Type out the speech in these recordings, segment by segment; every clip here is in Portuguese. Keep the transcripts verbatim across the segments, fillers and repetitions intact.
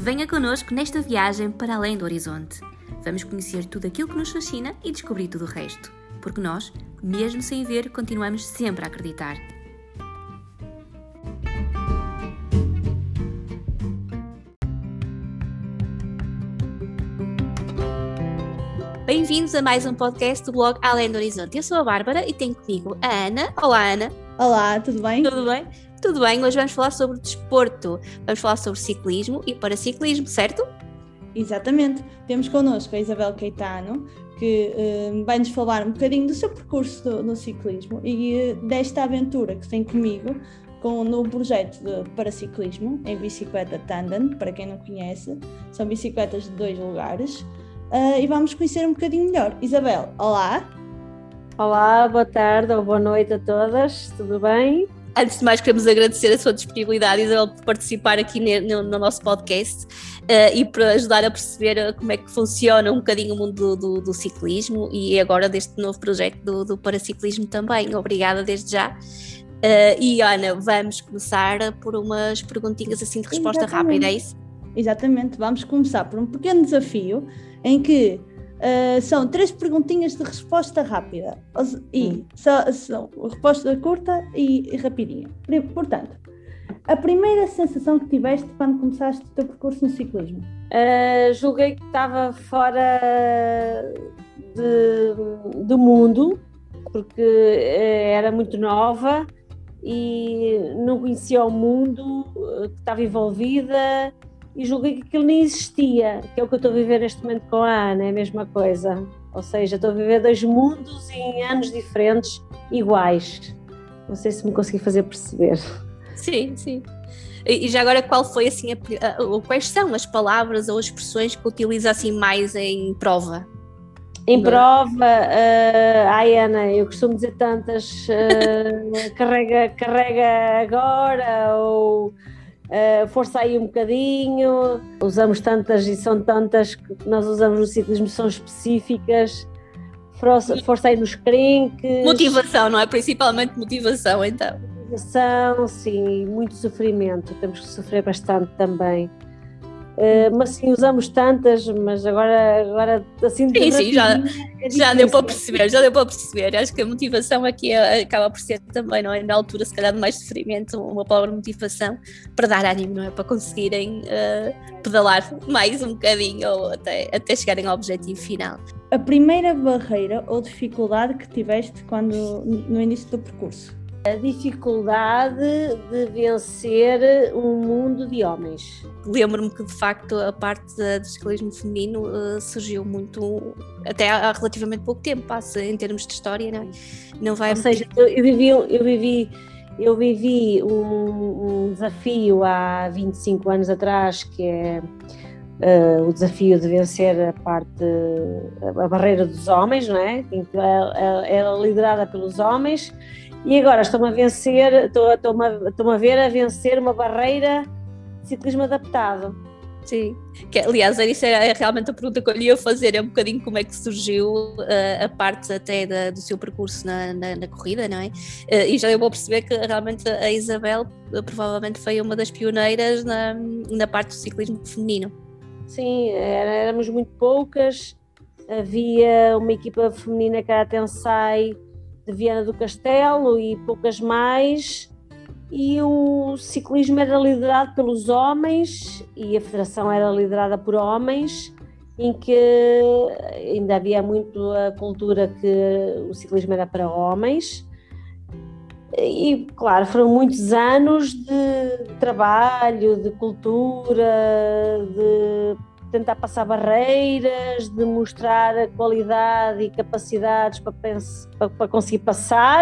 Venha connosco nesta viagem para além do horizonte. Vamos conhecer tudo aquilo que nos fascina e descobrir tudo o resto. Porque nós, mesmo sem ver, continuamos sempre a acreditar. Bem-vindos a mais um podcast do blog Além do Horizonte. Eu sou a Bárbara e tenho comigo a Ana. Olá, Ana. Olá, tudo bem? Tudo bem? Tudo bem, hoje vamos falar sobre desporto. Vamos falar sobre ciclismo e paraciclismo, certo? Exatamente. Temos connosco a Isabel Caetano, que uh, vai-nos falar um bocadinho do seu percurso do, no ciclismo e uh, desta aventura que tem comigo com, no projeto de paraciclismo em bicicleta tandem. Para quem não conhece, são bicicletas de dois lugares. Uh, e vamos conhecer um bocadinho melhor. Isabel, olá! Olá, boa tarde ou boa noite a todas, tudo bem? Antes de mais, queremos agradecer a sua disponibilidade, Isabel, por participar aqui no, no nosso podcast uh, e por ajudar a perceber como é que funciona um bocadinho o mundo do, do, do ciclismo e agora deste novo projeto do, do paraciclismo também. Obrigada desde já. Uh, e Ana, vamos começar por umas perguntinhas assim de resposta Exatamente. rápida, é isso? Exatamente, vamos começar por um pequeno desafio em que uh, são três perguntinhas de resposta rápida e hum. são, são resposta curta e, e rapidinha. Portanto, a primeira sensação que tiveste quando começaste o teu percurso no ciclismo? Uh, julguei que estava fora de, do mundo, porque uh, era muito nova e não conhecia o mundo uh, que estava envolvida. E julguei que aquilo nem existia, que é o que eu estou a viver neste momento com a Ana, é a mesma coisa. Ou seja, estou a viver dois mundos em anos diferentes, iguais. Não sei se me consegui fazer perceber. Sim, sim. E já agora, qual foi assim, a, a, quais são as palavras ou expressões que utiliza assim mais em prova? Em prova, uh, ai Ana, eu costumo dizer tantas, uh, carrega, carrega agora, ou... Uh, força aí um bocadinho, usamos tantas e são tantas que nós usamos no ciclismo, são específicas, força, força aí nos crenques. Motivação, não é? Principalmente motivação, então. Motivação, sim, muito sofrimento, temos que sofrer bastante também. Uh, mas sim, usamos tantas, mas agora, agora assim sim, sim, já, é já deu para perceber, já deu para perceber. Acho que a motivação aqui acaba por ser também, não é? Na altura, se calhar, de mais sofrimento, uma palavra motivação para dar ânimo, não é? Para conseguirem uh, pedalar mais um bocadinho ou até, até chegarem ao objetivo final. A primeira barreira ou dificuldade que tiveste quando, no início do percurso? A dificuldade de vencer um mundo de homens. Lembro-me que de facto a parte do ciclismo feminino uh, surgiu muito, até há, há relativamente pouco tempo, passa em termos de história, não é? Não vai. Ou seja, eu, eu vivi, eu vivi, eu vivi um, um desafio há vinte e cinco anos atrás, que é uh, o desafio de vencer a parte, a barreira dos homens, não é? Ela era liderada pelos homens. E agora estou-me a vencer, estou, estou-me, a, estou-me a ver a vencer uma barreira de ciclismo adaptado. Sim, que, aliás, isso era realmente a pergunta que eu lhe ia fazer, é um bocadinho como é que surgiu uh, a parte até da, do seu percurso na, na, na corrida, não é? Uh, e já eu vou perceber que realmente a Isabel uh, provavelmente foi uma das pioneiras na, na parte do ciclismo feminino. Sim, era, éramos muito poucas, havia uma equipa feminina que era a Tensai de Viana do Castelo e poucas mais, e o ciclismo era liderado pelos homens e a federação era liderada por homens, em que ainda havia muito a cultura que o ciclismo era para homens. E claro, foram muitos anos de trabalho, de cultura, de tentar passar barreiras, de mostrar a qualidade e capacidades para, para, para conseguir passar,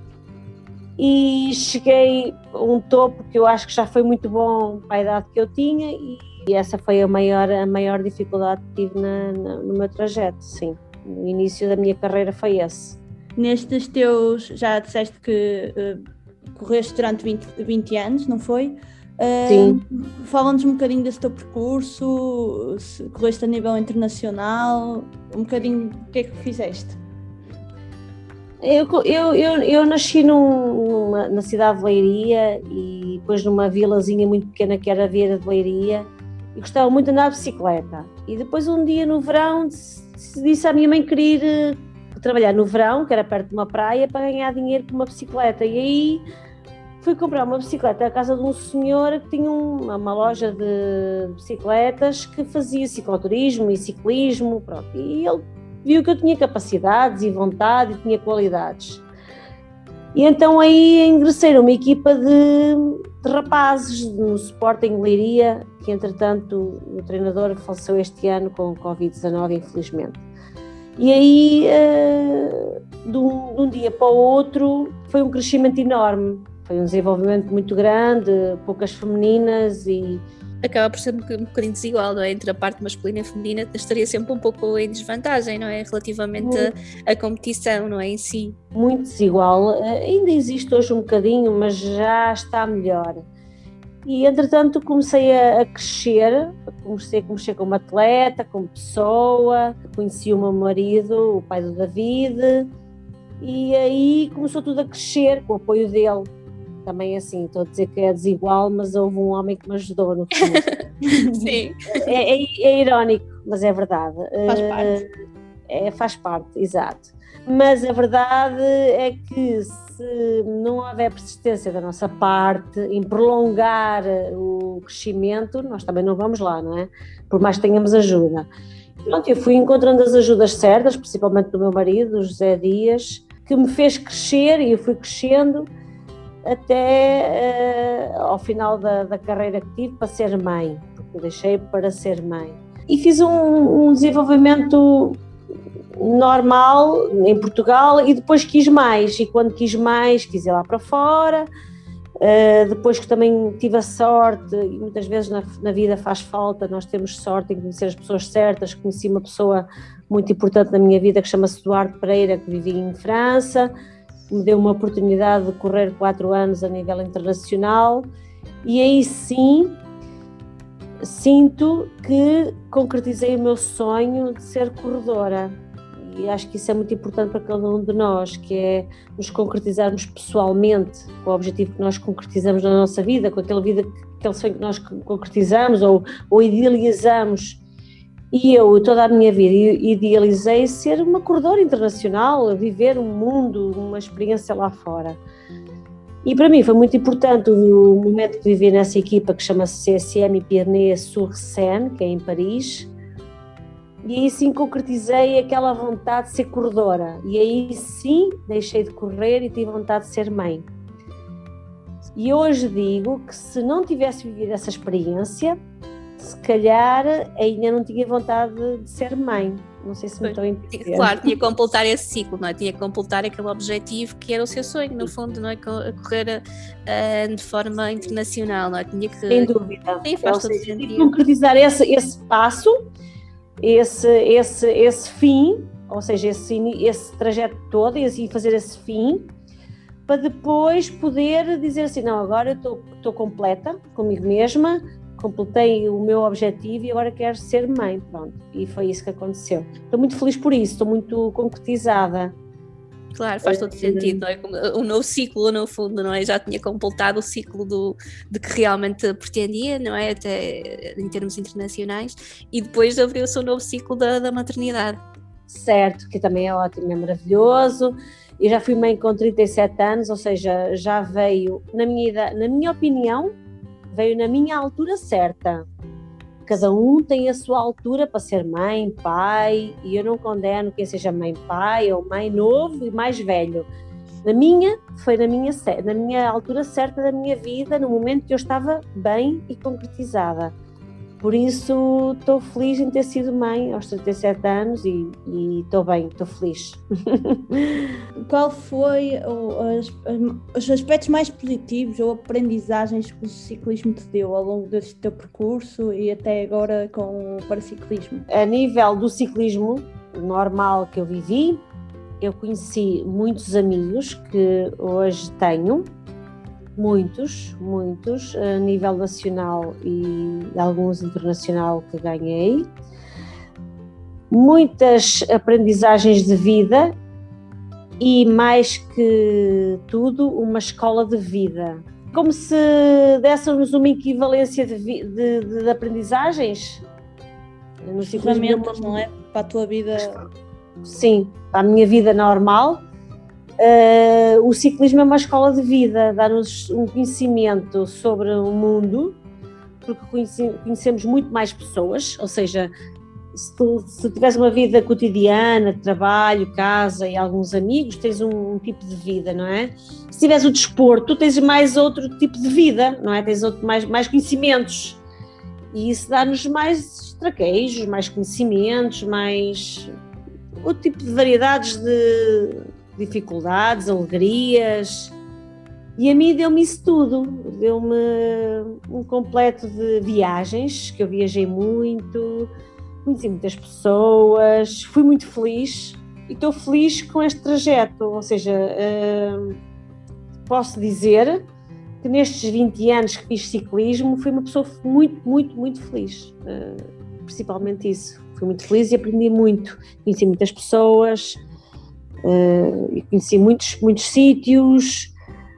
e cheguei a um topo que eu acho que já foi muito bom para a idade que eu tinha, e, e essa foi a maior, a maior dificuldade que tive na, na, no meu trajeto, sim. O início da minha carreira foi esse. Nestes teus, já disseste que uh, correste durante vinte, vinte anos, não foi? Sim. Uh, fala-nos um bocadinho desse teu percurso, se correste a nível internacional, um bocadinho o que é que fizeste? Eu, eu, eu, eu nasci num, numa, na cidade de Leiria e depois numa vilazinha muito pequena que era Vieira de Leiria, e gostava muito de andar de bicicleta. E depois um dia no verão disse à minha mãe que queria ir trabalhar no verão, que era perto de uma praia, para ganhar dinheiro com uma bicicleta. E aí fui comprar uma bicicleta à casa de um senhor que tinha uma, uma loja de bicicletas que fazia cicloturismo e ciclismo, pronto. E ele viu que eu tinha capacidades e vontade e tinha qualidades. E então aí ingressei numa equipa de, de rapazes no Sporting Leiria, que entretanto o treinador faleceu este ano com covid dezanove, infelizmente. E aí, uh, de, um, de um dia para o outro, foi um crescimento enorme, foi um desenvolvimento muito grande, poucas femininas e... Acaba por ser um bocadinho desigual, não é? Entre a parte masculina e feminina estaria sempre um pouco em desvantagem, não é? Relativamente à competição, não é? Em si. Muito desigual, ainda existe hoje um bocadinho, mas já está melhor. E entretanto comecei a, a crescer, comecei a crescer como atleta, como pessoa, conheci o meu marido, o pai do David, e aí começou tudo a crescer com o apoio dele. Também assim, estou a dizer que é desigual, mas houve um homem que me ajudou no fundo. Sim. É, é, é irónico, mas é verdade. Faz parte. É, faz parte, exato. Mas a verdade é que se não houver persistência da nossa parte em prolongar o crescimento, nós também não vamos lá, não é? Por mais que tenhamos ajuda. Pronto, eu fui encontrando as ajudas certas, principalmente do meu marido, o José Dias, que me fez crescer e eu fui crescendo até uh, ao final da, da carreira que tive para ser mãe, porque eu deixei para ser mãe. E fiz um, um desenvolvimento normal em Portugal e depois quis mais, e quando quis mais quis ir lá para fora, uh, depois que também tive a sorte, e muitas vezes na, na vida faz falta, nós temos sorte em conhecer as pessoas certas. Conheci uma pessoa muito importante na minha vida que chama-se Eduardo Pereira, que vivia em França, me deu uma oportunidade de correr quatro anos a nível internacional, e aí sim sinto que concretizei o meu sonho de ser corredora, e acho que isso é muito importante para cada um de nós, que é nos concretizarmos pessoalmente, com o objetivo que nós concretizamos na nossa vida, com aquela vida, aquele sonho que nós concretizamos ou, ou idealizamos. E eu, toda a minha vida, idealizei ser uma corredora internacional, viver um mundo, uma experiência lá fora. E para mim foi muito importante o momento que vivi nessa equipa que chama-se C S M Pyrénées-sur-Seine, que é em Paris. E aí sim concretizei aquela vontade de ser corredora. E aí sim deixei de correr e tive vontade de ser mãe. E hoje digo que se não tivesse vivido essa experiência, se calhar ainda não tinha vontade de ser mãe. Não sei se me estou a entender. Claro, tinha que completar esse ciclo, não é? Tinha que completar aquele objetivo que era o seu sonho, no fundo, não é? A correr uh, de forma internacional, não é? Tinha que... Sem dúvida. Sim, faz todo sentido. Concretizar esse, esse passo, esse, esse, esse fim, ou seja, esse, esse trajeto todo e fazer esse fim, para depois poder dizer assim, não, agora eu estou, estou completa comigo mesma, completei o meu objetivo e agora quero ser mãe, pronto, e foi isso que aconteceu. Estou muito feliz por isso, estou muito concretizada. Claro, faz todo sentido, não é? O novo ciclo, no fundo, não é? Já tinha completado o ciclo do, de que realmente pretendia, não é? Até em termos internacionais, e depois abriu-se o novo ciclo da, da maternidade. Certo, que também é ótimo, é maravilhoso. Eu já fui mãe com trinta e sete anos, ou seja, já veio, na minha, idade, na minha opinião, veio na minha altura certa. Cada um tem a sua altura para ser mãe, pai, e eu não condeno quem seja mãe, pai, ou mãe novo e mais velho. Na minha, foi na minha, na minha altura certa da minha vida, no momento que eu estava bem e concretizada. Por isso, estou feliz em ter sido mãe aos trinta e sete anos e, e estou bem, estou feliz. Qual foi o, os, os aspectos mais positivos ou aprendizagens que o ciclismo te deu ao longo deste teu percurso e até agora com o paraciclismo? A nível do ciclismo normal que eu vivi, eu conheci muitos amigos que hoje tenho, muitos, muitos, a nível nacional e alguns internacional que ganhei. Muitas aprendizagens de vida e, mais que tudo, uma escola de vida. como se dessemos uma equivalência de, de, de, de aprendizagens. No ferramentas, não é? Para a tua vida. Sim, para a minha vida normal. Uh, o ciclismo é uma escola de vida, dá-nos um conhecimento sobre o mundo, porque conhece, conhecemos muito mais pessoas, ou seja, se tu, se tiveres uma vida cotidiana, trabalho, casa e alguns amigos, tens um, um tipo de vida, não é? Se tiveres o desporto, tens mais outro tipo de vida, não é? Tens outro, mais, mais conhecimentos, e isso dá-nos mais traquejos, mais conhecimentos, mais outro tipo de variedades de dificuldades, alegrias, e a mim deu-me isso tudo, deu-me um completo de viagens, que eu viajei muito, conheci muitas pessoas, fui muito feliz e estou feliz com este trajeto, ou seja, uh, posso dizer que nestes vinte anos que fiz ciclismo fui uma pessoa muito, muito, muito feliz, uh, principalmente isso, fui muito feliz e aprendi muito, conheci muitas pessoas, Uh, e conheci muitos, muitos sítios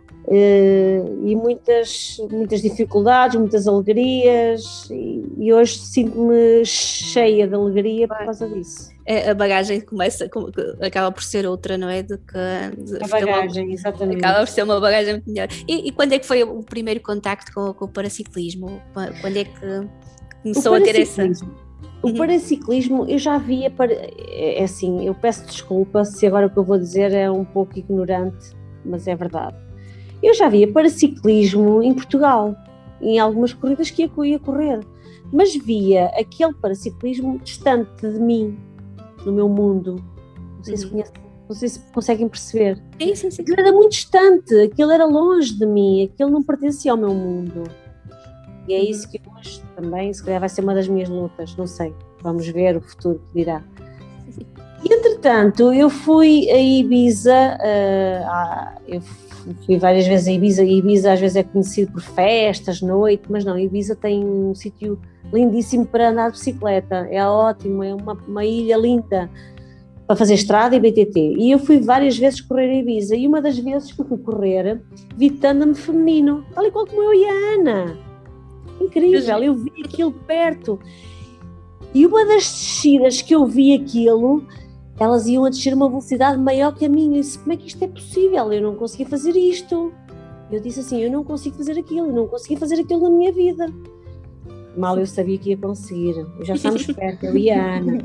uh, e muitas, muitas dificuldades, muitas alegrias, e, e hoje sinto-me cheia de alegria por causa disso. É, a bagagem começa, acaba por ser outra, não é? De que, de, a bagagem, exatamente. Acaba por ser uma bagagem muito melhor. E, e quando é que foi o primeiro contacto com, com o paraciclismo? Quando é que começou a ter essa... O paraciclismo eu já via, para, é assim, eu peço desculpa se agora o que eu vou dizer é um pouco ignorante, mas é verdade. Eu já via paraciclismo em Portugal, em algumas corridas que eu ia correr, mas via aquele paraciclismo distante de mim, no meu mundo. Não sei, uhum. se, conhecem, não sei se conseguem perceber. Sim, sim, sim. Aquilo era muito distante, aquilo era longe de mim, aquilo não pertencia ao meu mundo. E é isso que hoje também, se calhar vai ser uma das minhas lutas, não sei, vamos ver o futuro que dirá. E entretanto, eu fui a Ibiza, uh, eu fui várias vezes a Ibiza, e Ibiza às vezes é conhecido por festas, noite, mas não, Ibiza tem um sítio lindíssimo para andar de bicicleta, é ótimo, é uma, uma ilha linda para fazer estrada e B T T. E eu fui várias vezes correr a Ibiza, e uma das vezes que fui correr, vi tandem feminino, tal e qual como eu e a Ana. Incrível, eu vi aquilo perto e uma das descidas que eu vi aquilo, elas iam a descer uma velocidade maior que a minha. Eu disse, como é que isto é possível? Eu não conseguia fazer isto. Eu disse assim, eu não consigo fazer aquilo, eu não conseguia fazer aquilo na minha vida. Mal eu sabia que ia conseguir, eu já estávamos perto, eu e a Ana.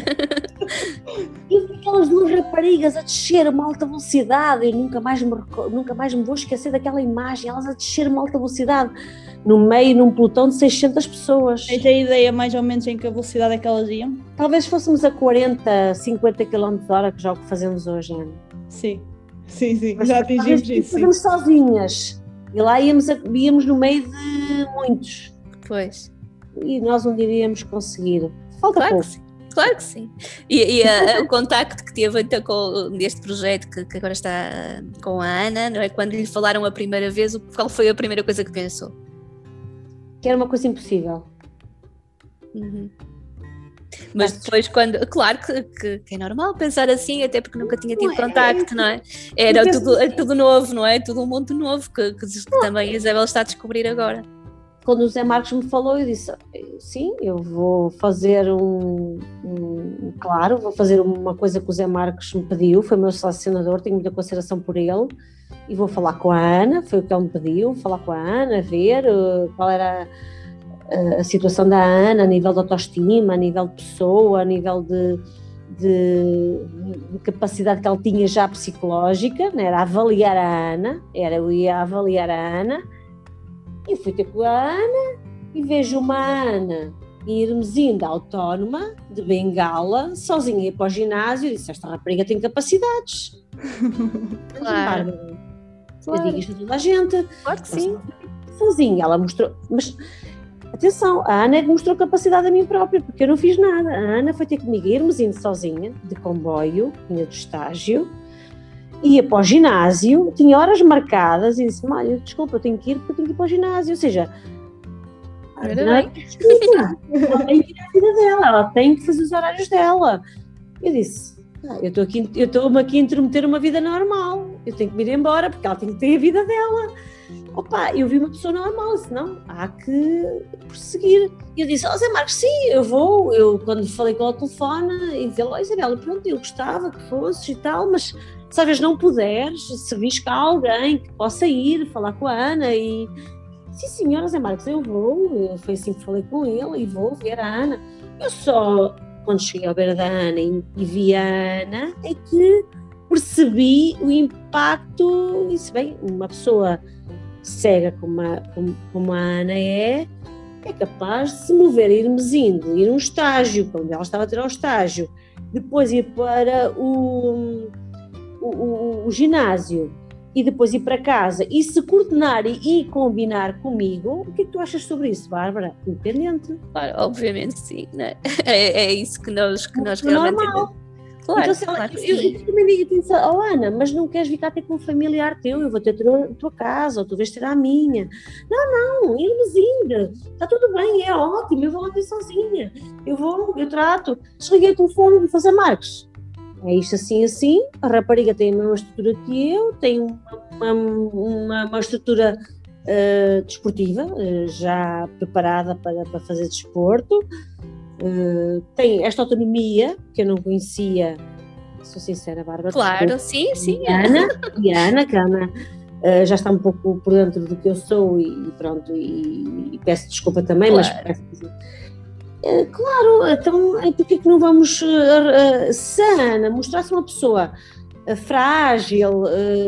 E eu vi aquelas duas raparigas a descer a uma alta velocidade, eu nunca mais, me, nunca mais me vou esquecer daquela imagem, elas a descer a uma alta velocidade, no meio, num pelotão de seiscentas pessoas. Tens a ideia mais ou menos em que a velocidade é que elas iam? Talvez fôssemos a quarenta, cinquenta quilómetros por hora, que já é o que fazemos hoje, Ana. Sim, sim, sim, mas já atingimos isso. Fazemos sozinhas, e lá íamos, íamos no meio de muitos. Pois. E nós não iríamos conseguir. Falta claro pouco. Que sim. Claro que sim. E, e a, o contacto que teve então com neste projeto que, que agora está com a Ana, não é? Quando lhe falaram a primeira vez, qual foi a primeira coisa que pensou? Que era uma coisa impossível. Uhum. Mas depois quando, claro que, que, que é normal pensar assim, até porque nunca tinha tido não, contacto, é, não é? Era tudo, é tudo novo, não é? Tudo um mundo novo que, que, que também a Isabel está a descobrir agora. Quando o Zé Marcos me falou, eu disse, sim, eu vou fazer um, um, claro, vou fazer uma coisa que o Zé Marcos me pediu, foi meu selecionador, tenho muita consideração por ele, e vou falar com a Ana, foi o que ele me pediu, falar com a Ana, ver uh, qual era a, a situação da Ana, a nível de autoestima, a nível de pessoa, a nível de, de, de capacidade que ela tinha já psicológica, né? Era avaliar a Ana, era eu ia avaliar a Ana. E fui ter com a Ana e vejo uma Ana irmos indo autónoma, de bengala, sozinha ir para o ginásio, e disse, esta rapariga tem capacidades. Claro. Eu digo isto a toda a gente. Claro que sim. Sozinha, ela mostrou, mas atenção, a Ana é que mostrou capacidade a mim própria, porque eu não fiz nada. A Ana foi ter comigo, irmos indo sozinha, de comboio, vinha do estágio, ia para o ginásio, tinha horas marcadas e disse, olha, desculpa, eu tenho que ir porque eu tenho que ir para o ginásio, ou seja, não é desculpa, ela tem que ir à vida dela, ela tem que fazer os horários dela. Eu disse, ah, eu estou aqui, eu estou-me aqui a intrometer uma vida normal, eu tenho que me ir embora porque ela tem que ter a vida dela. opa, eu vi uma pessoa normal, disse, não, há que prosseguir. E eu disse, ó oh, Zé Marcos, sim, eu vou, eu quando falei com o telefone, e disse, ó Isabela, pronto, eu gostava que fosses e tal, mas se às vezes não puderes, se vis cá alguém que possa ir, falar com a Ana e... Sim senhora, Zé Marcos, eu vou, foi assim que falei com ele e vou ver a Ana. Eu só, quando cheguei ao beira da Ana e, e vi a Ana, é que percebi o impacto, e se bem, uma pessoa cega como a, como, como a Ana é, é capaz de se mover, ir-me indo, ir a um estágio, quando ela estava a ter ao estágio, depois ir para o, o, o, o ginásio, e depois ir para casa e se coordenar e, e combinar comigo. O que é que tu achas sobre isso, Bárbara? Independente. Claro, obviamente sim, não é? É, é isso que nós, que nós realmente normal. Claro, então, se ela, claro eu, eu também digo assim, oh Ana, mas não queres ficar ter com um familiar teu, eu vou ter a tua casa, ou tu vais ter a minha. Não, não, irmos indo, está tudo bem, é ótimo, eu vou lá ter sozinha, eu vou, eu trato. Desliguei o telefone e vou fazer Marcos. É isto assim, assim, a rapariga tem a mesma estrutura que eu, tem uma, uma, uma estrutura uh, desportiva, uh, já preparada para, para fazer desporto, uh, tem esta autonomia que eu não conhecia, sou sincera, Bárbara. Claro, desculpa. sim, sim. E a Ana, e a Ana, que a Ana uh, já está um pouco por dentro do que eu sou e pronto, e, e peço desculpa também, claro. Mas peço claro, então porquê que não vamos, uh, uh, se a Ana mostrasse uma pessoa uh, frágil,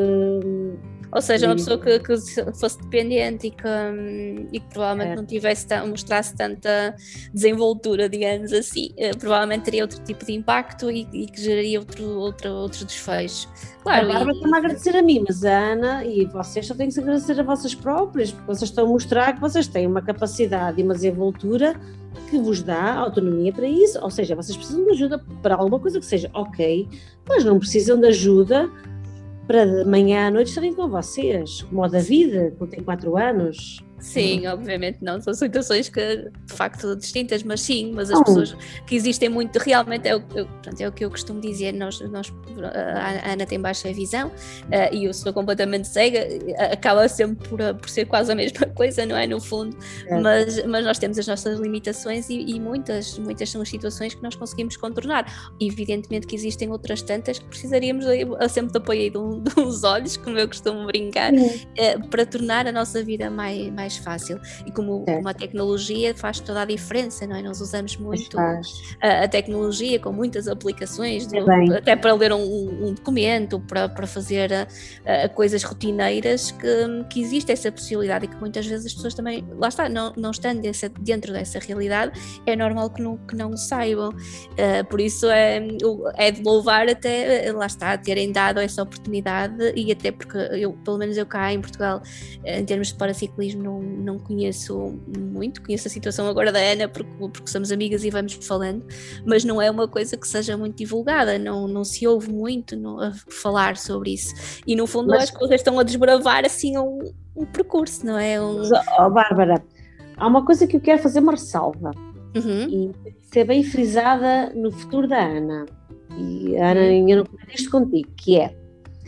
uh, ou seja, uma pessoa que, que fosse dependente e que, um, e que provavelmente é. não tivesse, mostrasse tanta desenvoltura, digamos assim, uh, provavelmente teria outro tipo de impacto e, e que geraria outro, outro, outros desfechos. Claro, a Bárbara está-me a agradecer a mim, mas a Ana e vocês só têm que se agradecer a vossas próprias, porque vocês estão a mostrar que vocês têm uma capacidade e uma desenvoltura que vos dá autonomia para isso, ou seja, vocês precisam de ajuda para alguma coisa que seja ok, mas não precisam de ajuda para de manhã à noite estarem com vocês, como o David, que tem quatro anos. Sim, obviamente não, são situações que de facto distintas, mas sim, mas as oh. pessoas que existem muito, realmente é o, eu, pronto, é o que eu costumo dizer, nós, nós, a Ana tem baixa visão uh, e eu sou completamente cega, acaba sempre por, por ser quase a mesma coisa, não é, no fundo, é. Mas, mas nós temos as nossas limitações e, e muitas, muitas são as situações que nós conseguimos contornar. Evidentemente que existem outras tantas que precisaríamos de, sempre de apoio de, um, de uns olhos, como eu costumo brincar, uh, para tornar a nossa vida mais, mais mais fácil e como, como a tecnologia faz toda a diferença, não é? Nós usamos muito a, a tecnologia com muitas aplicações, do, é até para ler um, um documento, para, para fazer a, a coisas rotineiras que, que existe essa possibilidade e que muitas vezes as pessoas também, lá está, não, não estando dessa, dentro dessa realidade, é normal que não, que não saibam, uh, por isso é, é de louvar até, lá está, terem dado essa oportunidade e até porque eu, pelo menos eu cá em Portugal, em termos de paraciclismo, não não conheço muito, conheço a situação agora da Ana porque, porque somos amigas e vamos falando, mas não é uma coisa que seja muito divulgada, não, não se ouve muito no, a falar sobre isso e no fundo mas, acho que vocês estão a desbravar assim um, um percurso, não é? Um... Oh, Bárbara, há uma coisa que eu quero fazer uma ressalva uhum. e ser bem frisada no futuro da Ana e a Ana, uhum. eu não comentei isto contigo, que é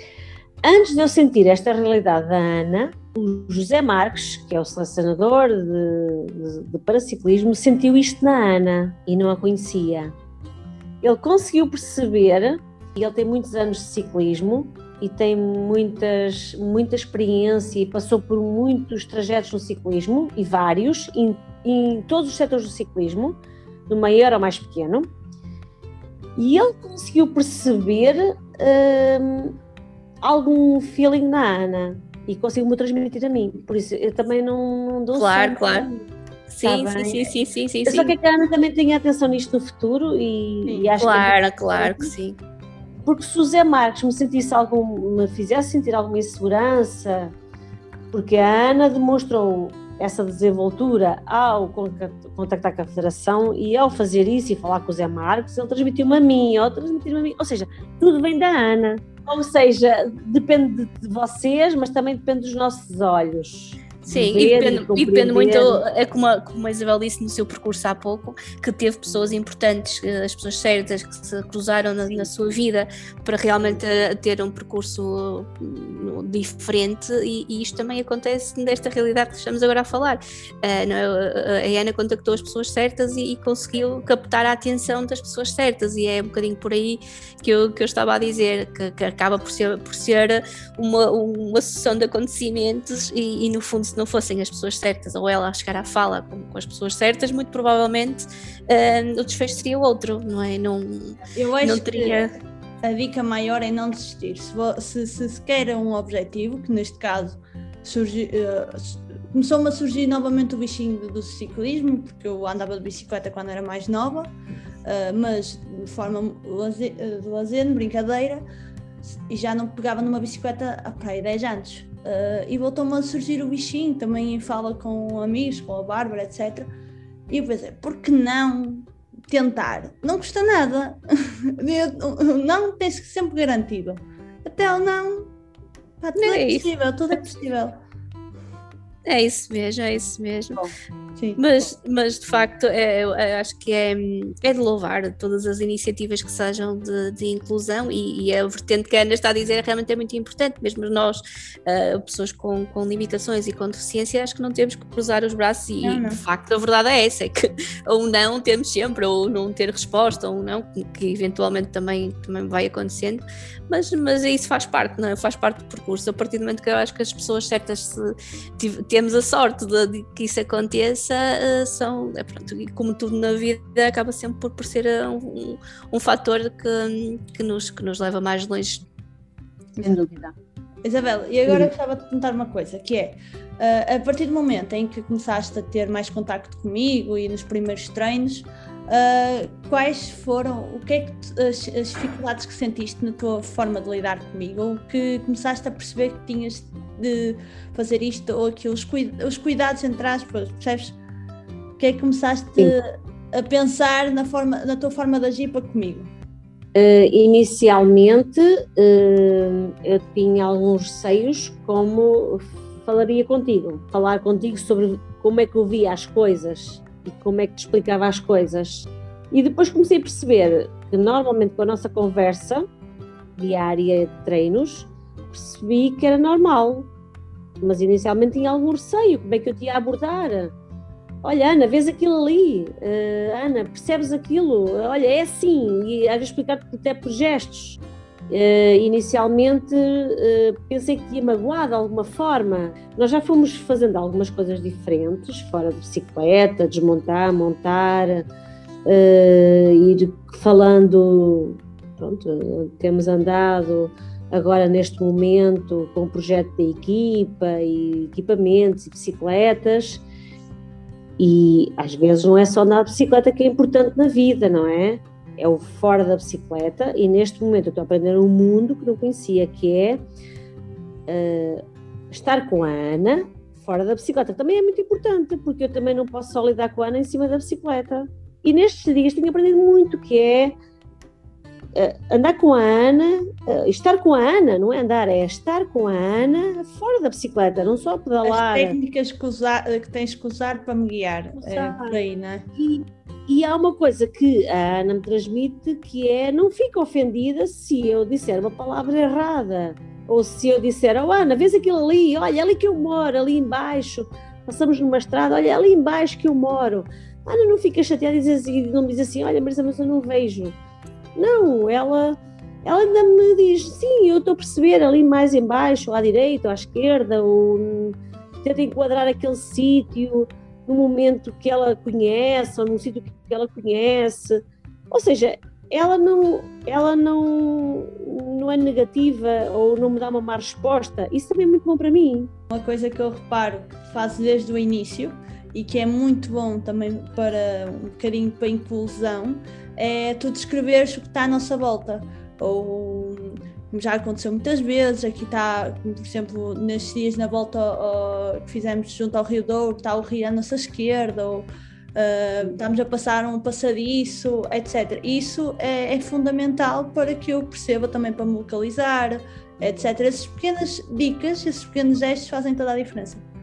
antes de eu sentir esta realidade da Ana, o José Marques, que é o selecionador de, de, de paraciclismo, sentiu isto na Ana e não a conhecia. Ele conseguiu perceber, e ele tem muitos anos de ciclismo e tem muitas, muita experiência e passou por muitos trajetos no ciclismo, e vários, em, em todos os setores do ciclismo, do maior ao mais pequeno, e ele conseguiu perceber hum, algum feeling na Ana e consigo-me transmitir a mim, por isso eu também não, não dou claro, claro. Sim, sim, sim, sim, sim, sim. Eu só quero que a Ana também tenha atenção nisto no futuro e, sim, e acho claro, que... claro que sim. Porque se o Zé Marcos me sentisse algum, me fizesse sentir alguma insegurança, porque a Ana demonstrou essa desenvoltura ao contactar com a Federação e ao fazer isso e falar com o Zé Marcos, ele transmitiu-me a mim, ou transmitiu-me a mim, ou seja, tudo vem da Ana. Ou seja, depende de vocês, mas também depende dos nossos olhos. Sim, e depende, e depende muito, é como a, como a Isabel disse no seu percurso há pouco, que teve pessoas importantes, as pessoas certas que se cruzaram na, na sua vida para realmente ter um percurso diferente, e, e isto também acontece nesta realidade que estamos agora a falar. Uh, não, a Ana contactou as pessoas certas e, e conseguiu captar a atenção das pessoas certas, e é um bocadinho por aí que eu, que eu estava a dizer, que, que acaba por ser, por ser uma, uma sucessão de acontecimentos, e, e no fundo, se não fossem as pessoas certas ou ela a chegar à fala com, com as pessoas certas, muito provavelmente uh, o desfecho seria outro, não é? Não, eu acho não teria... que a dica maior é não desistir. Se, se, se se quer um objetivo, que neste caso surgi, uh, começou-me a surgir novamente o bichinho do, do ciclismo, porque eu andava de bicicleta quando era mais nova, uh, mas de forma lazer, de lazer, de brincadeira, e já não pegava numa bicicleta há para aí dez anos. Uh, e voltou-me a surgir o bichinho, também em fala com amigos, com a Bárbara, etcétera. E eu pensei, por que não tentar? Não custa nada. Não, tens que sempre garantido. Até o não, pá, tudo é, é possível, tudo é possível. É isso mesmo, é isso mesmo. Bom, sim. Mas, mas de facto, é, eu acho que é, é de louvar todas as iniciativas que sejam de, de inclusão, e, e a vertente que a Ana está a dizer realmente é muito importante. Mesmo nós, uh, pessoas com, com limitações e com deficiência, acho que não temos que cruzar os braços, e, não, não. de facto a verdade é essa, é que ou não temos sempre, ou não ter resposta, ou não, que, que eventualmente também, também vai acontecendo, mas, mas isso faz parte, não é? Faz parte do percurso. A partir do momento que eu acho que as pessoas certas se, temos a sorte de, de que isso aconteça, uh, são, é, pronto, como tudo na vida, acaba sempre por, por ser um, um, um fator que, que, nos, que nos leva mais longe. Sem dúvida. Isabel, e agora eu gostava de perguntar uma coisa, que é, uh, a partir do momento em que começaste a ter mais contacto comigo e nos primeiros treinos, uh, quais foram, o que é que tu, as, as dificuldades que sentiste na tua forma de lidar comigo, ou que começaste a perceber que tinhas de fazer isto ou aquilo, os, cuida- os cuidados entre aspas, percebes? O que é que começaste a pensar na, forma, na tua forma de agir para comigo? Uh, inicialmente uh, eu tinha alguns receios, como falaria contigo, falar contigo sobre como é que eu via as coisas e como é que te explicava as coisas, e depois comecei a perceber que normalmente com a nossa conversa diária de treinos percebi que era normal, mas inicialmente tinha algum receio, como é que eu te ia abordar. Olha, Ana, vês aquilo ali, uh, Ana, percebes aquilo, olha, é assim, e às vezes explicar até por gestos. Uh, inicialmente uh, pensei que tinha magoado de alguma forma. Nós já fomos fazendo algumas coisas diferentes, fora de bicicleta, desmontar, montar, uh, ir falando, pronto, temos andado agora neste momento com o projeto da equipa e equipamentos e bicicletas. E às vezes não é só andar de bicicleta que é importante na vida, não é? É o fora da bicicleta, e neste momento eu estou a aprender um mundo que não conhecia, que é uh, estar com a Ana fora da bicicleta. Também é muito importante, porque eu também não posso só lidar com a Ana em cima da bicicleta. E nestes dias tenho aprendido muito, que é uh, andar com a Ana, uh, estar com a Ana, não é andar, é estar com a Ana fora da bicicleta, não só pedalar. As técnicas que, usar, que tens que usar para me guiar, é por aí, não é? E, e há uma coisa que a Ana me transmite, que é, não fica ofendida se eu disser uma palavra errada, ou se eu disser, oh Ana, vês aquilo ali, olha, ali que eu moro, ali embaixo, passamos numa estrada, olha, ali embaixo que eu moro. A Ana não fica chateada e diz assim, não me diz assim, olha Marisa, mas eu não vejo. Não, ela, ela ainda me diz, sim, eu estou a perceber ali mais em baixo, à direita, ou à esquerda, ou tenta enquadrar aquele sítio no momento que ela conhece, ou num sítio que ela conhece. Ou seja, ela não, ela não, não é negativa ou não me dá uma má resposta. Isso também é muito bom para mim. Uma coisa que eu reparo que faço desde o início e que é muito bom também para um bocadinho para a inclusão, é tu descreveres o que está à nossa volta, ou como já aconteceu muitas vezes, aqui está, por exemplo, nestes dias na volta ao, que fizemos junto ao Rio Douro, está o rio à nossa esquerda, ou uh, estamos a passar um passadiço, etcétera. Isso é, é fundamental para que eu perceba também para me localizar, etcétera. Essas pequenas dicas, esses pequenos gestos fazem toda a diferença.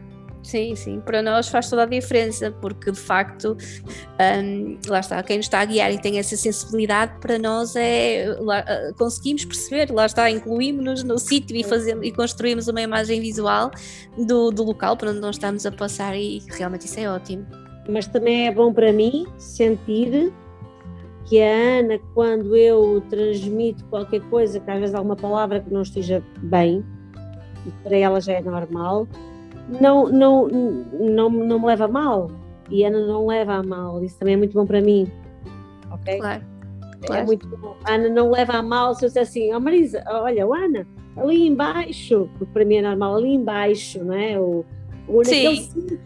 Sim, sim, para nós faz toda a diferença, porque de facto, um, lá está, quem nos está a guiar e tem essa sensibilidade, para nós é, lá, conseguimos perceber, lá está, incluímos-nos no sítio e, fazemos, e construímos uma imagem visual do, do local para onde nós estamos a passar, e realmente isso é ótimo. Mas também é bom para mim sentir que a Ana, quando eu transmito qualquer coisa, que às vezes alguma palavra que não esteja bem, e para ela já é normal, não, não, não, não me leva a mal, e a Ana não leva a mal, isso também é muito bom para mim, ok? Claro, é claro. muito bom. A Ana não leva a mal se eu disser assim, ó oh, Marisa, olha, o Ana, ali embaixo, porque para mim é normal, ali embaixo, não é? Ou, ou naquele sítio,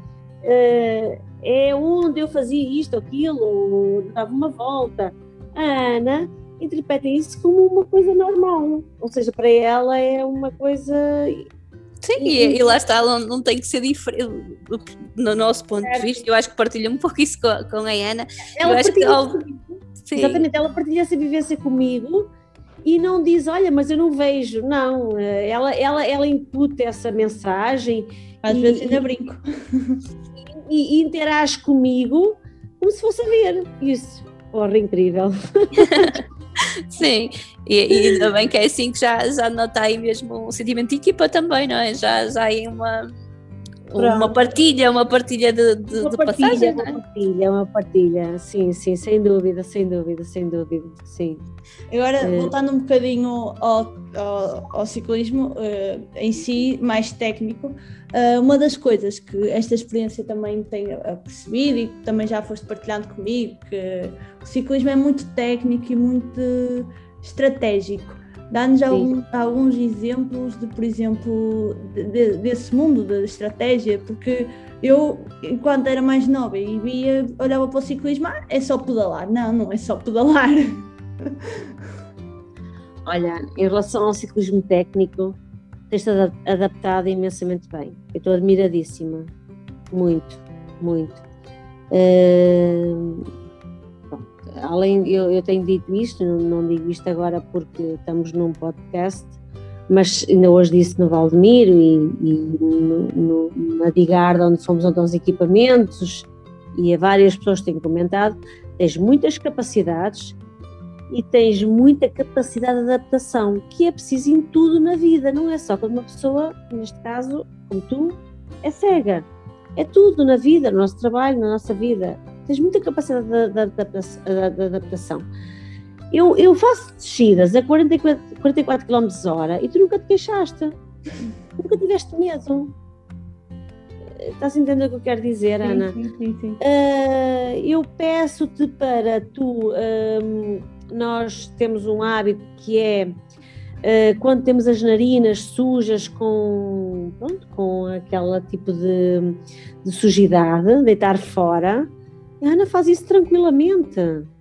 uh, é onde eu fazia isto ou aquilo, ou dava uma volta. A Ana interpreta isso como uma coisa normal, ou seja, para ela é uma coisa... Sim, e, e lá está, não, não tem que ser diferente no nosso ponto certo. de vista. Eu acho que partilha um pouco isso com, com a Ana. Ela eu acho que ela, exatamente, ela partilha essa vivência comigo e não diz, olha, mas eu não vejo, não, ela, ela, ela imputa essa mensagem. Às e, vezes ainda brinco. E, e interage comigo como se fosse a ver. Isso, porra, incrível. Sim, e, e ainda bem que é assim que já, já nota aí mesmo um sentimento de equipa também, não é? Já, já aí uma, uma partilha, uma partilha de, de, uma de partilha, passagem, uma não é? partilha, uma partilha, sim, sim, sem dúvida, sem dúvida, sem dúvida, sim. Agora, é... voltando um bocadinho ao, ao, ao ciclismo uh, em si, mais técnico, uh, uma das coisas que esta experiência também tem percebido e que também já foste partilhando comigo, que o ciclismo é muito técnico e muito estratégico. Dá-nos algum, alguns exemplos de, por exemplo, de, de, desse mundo da de estratégia, porque eu, enquanto era mais nova e via, olhava para o ciclismo, ah, é só pedalar. Não, não é só pedalar. Olha, em relação ao ciclismo técnico, tens-te adaptado imensamente bem. Eu estou admiradíssima. Muito, muito. Uh, pronto, além, eu, eu tenho dito isto, não, não digo isto agora porque estamos num podcast, mas ainda hoje disse no Valdemiro e, e no, no, na Digarda, onde fomos aos equipamentos, e a várias pessoas têm comentado, tens muitas capacidades e tens muita capacidade de adaptação, que é preciso em tudo na vida, não é só quando uma pessoa, neste caso, como tu, é cega. É tudo na vida, no nosso trabalho, na nossa vida. Tens muita capacidade de, de, de adaptação. Eu, eu faço descidas a quarenta e quatro quilómetros por hora e tu nunca te queixaste. Nunca tiveste medo. Estás a entender o que eu quero dizer, sim, Ana? Sim, sim, sim. Uh, eu peço-te para tu... Um, nós temos um hábito que é uh, quando temos as narinas sujas com, pronto, com aquele tipo de, de sujidade, deitar fora, a Ana faz isso tranquilamente.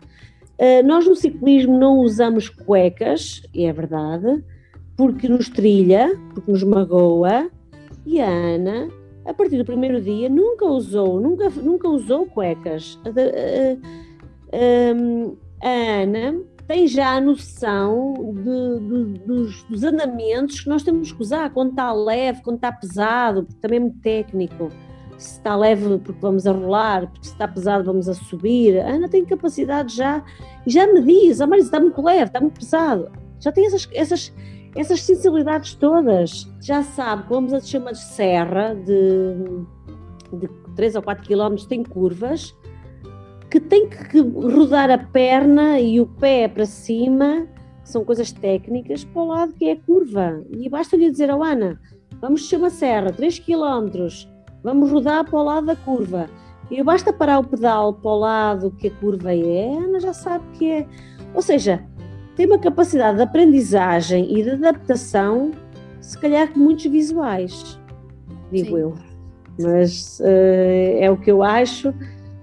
Uh, nós no ciclismo não usamos cuecas, é verdade, porque nos trilha, porque nos magoa, e a Ana, a partir do primeiro dia, nunca usou, nunca, nunca usou cuecas. Uh, uh, um, A Ana tem já a noção de, de, dos, dos andamentos que nós temos que usar, quando está leve, quando está pesado, porque também é muito técnico. Se está leve porque vamos a rolar, porque se está pesado vamos a subir. A Ana tem capacidade já, e já me diz, oh, mas está muito leve, está muito pesado. Já tem essas, essas, essas sensibilidades todas. Já sabe que vamos a descer uma serra de, de três ou quatro quilómetros, tem curvas, que tem que rodar a perna e o pé para cima, que são coisas técnicas, para o lado que é a curva. E basta-lhe dizer ao Ana, vamos descer uma serra, três quilómetros, vamos rodar para o lado da curva. E basta parar o pedal para o lado que a curva é, a Ana já sabe que é. Ou seja, tem uma capacidade de aprendizagem e de adaptação, se calhar com muitos visuais, digo Sim. eu. Mas uh, é o que eu acho.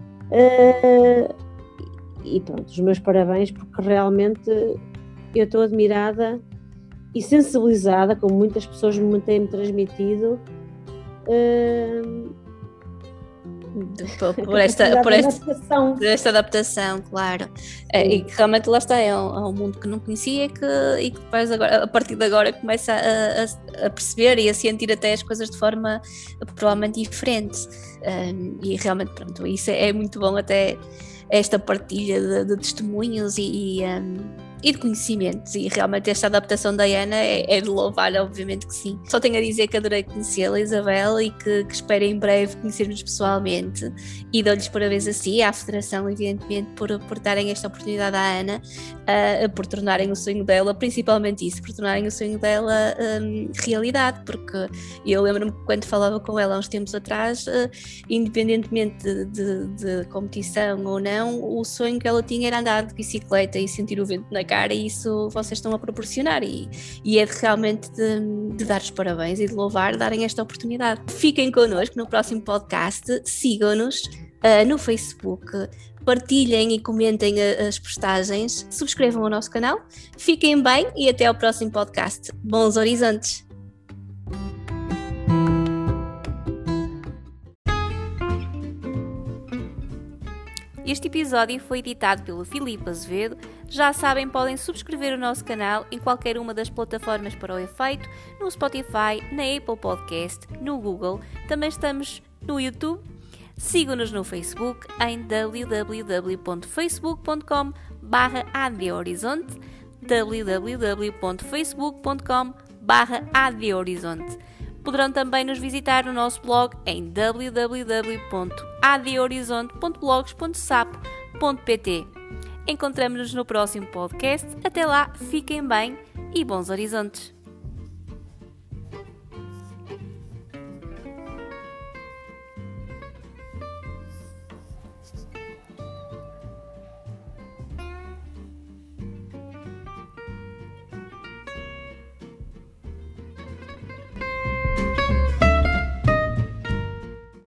Uh, e pronto, os meus parabéns, porque realmente eu estou admirada e sensibilizada, como muitas pessoas me têm transmitido, uh, por, por, esta, por, este, adaptação. por esta adaptação, claro. É, e que realmente lá está, é um, é um mundo que não conhecia que, e que depois agora, a partir de agora começa a, a, a perceber e a sentir até as coisas de forma provavelmente diferente. Um, e realmente, pronto, isso é, é muito bom, até esta partilha de, de testemunhos e, e um, e de conhecimentos, e realmente esta adaptação da Ana é, é de louvar, obviamente que sim. Só tenho a dizer que adorei conhecê-la, Isabel, e que, que espero em breve conhecermos pessoalmente, e dou-lhes parabéns a si, à Federação, evidentemente, por, por darem esta oportunidade à Ana, uh, por tornarem o sonho dela, principalmente isso, por tornarem o sonho dela um, realidade, porque eu lembro-me que quando falava com ela há uns tempos atrás, uh, independentemente de, de, de competição ou não, o sonho que ela tinha era andar de bicicleta e sentir o vento na cara, e isso vocês estão a proporcionar, e, e é de, realmente de, de dar os parabéns e de louvar darem esta oportunidade. Fiquem connosco no próximo podcast, sigam-nos uh, no Facebook, partilhem e comentem a, as postagens, subscrevam o nosso canal, fiquem bem e até ao próximo podcast. Bons horizontes! Este episódio foi editado pelo Filipe Azevedo. Já sabem, podem subscrever o nosso canal em qualquer uma das plataformas para o efeito, no Spotify, na Apple Podcast, no Google. Também estamos no YouTube. Sigam-nos no Facebook em w w w ponto facebook ponto com barra adhorizonte, w w w ponto facebook ponto com barra adhorizonte. Poderão também nos visitar no nosso blog em w w w ponto adhorizonte ponto blogs ponto sapo ponto p t. Encontramos-nos no próximo podcast. Até lá, fiquem bem e bons horizontes!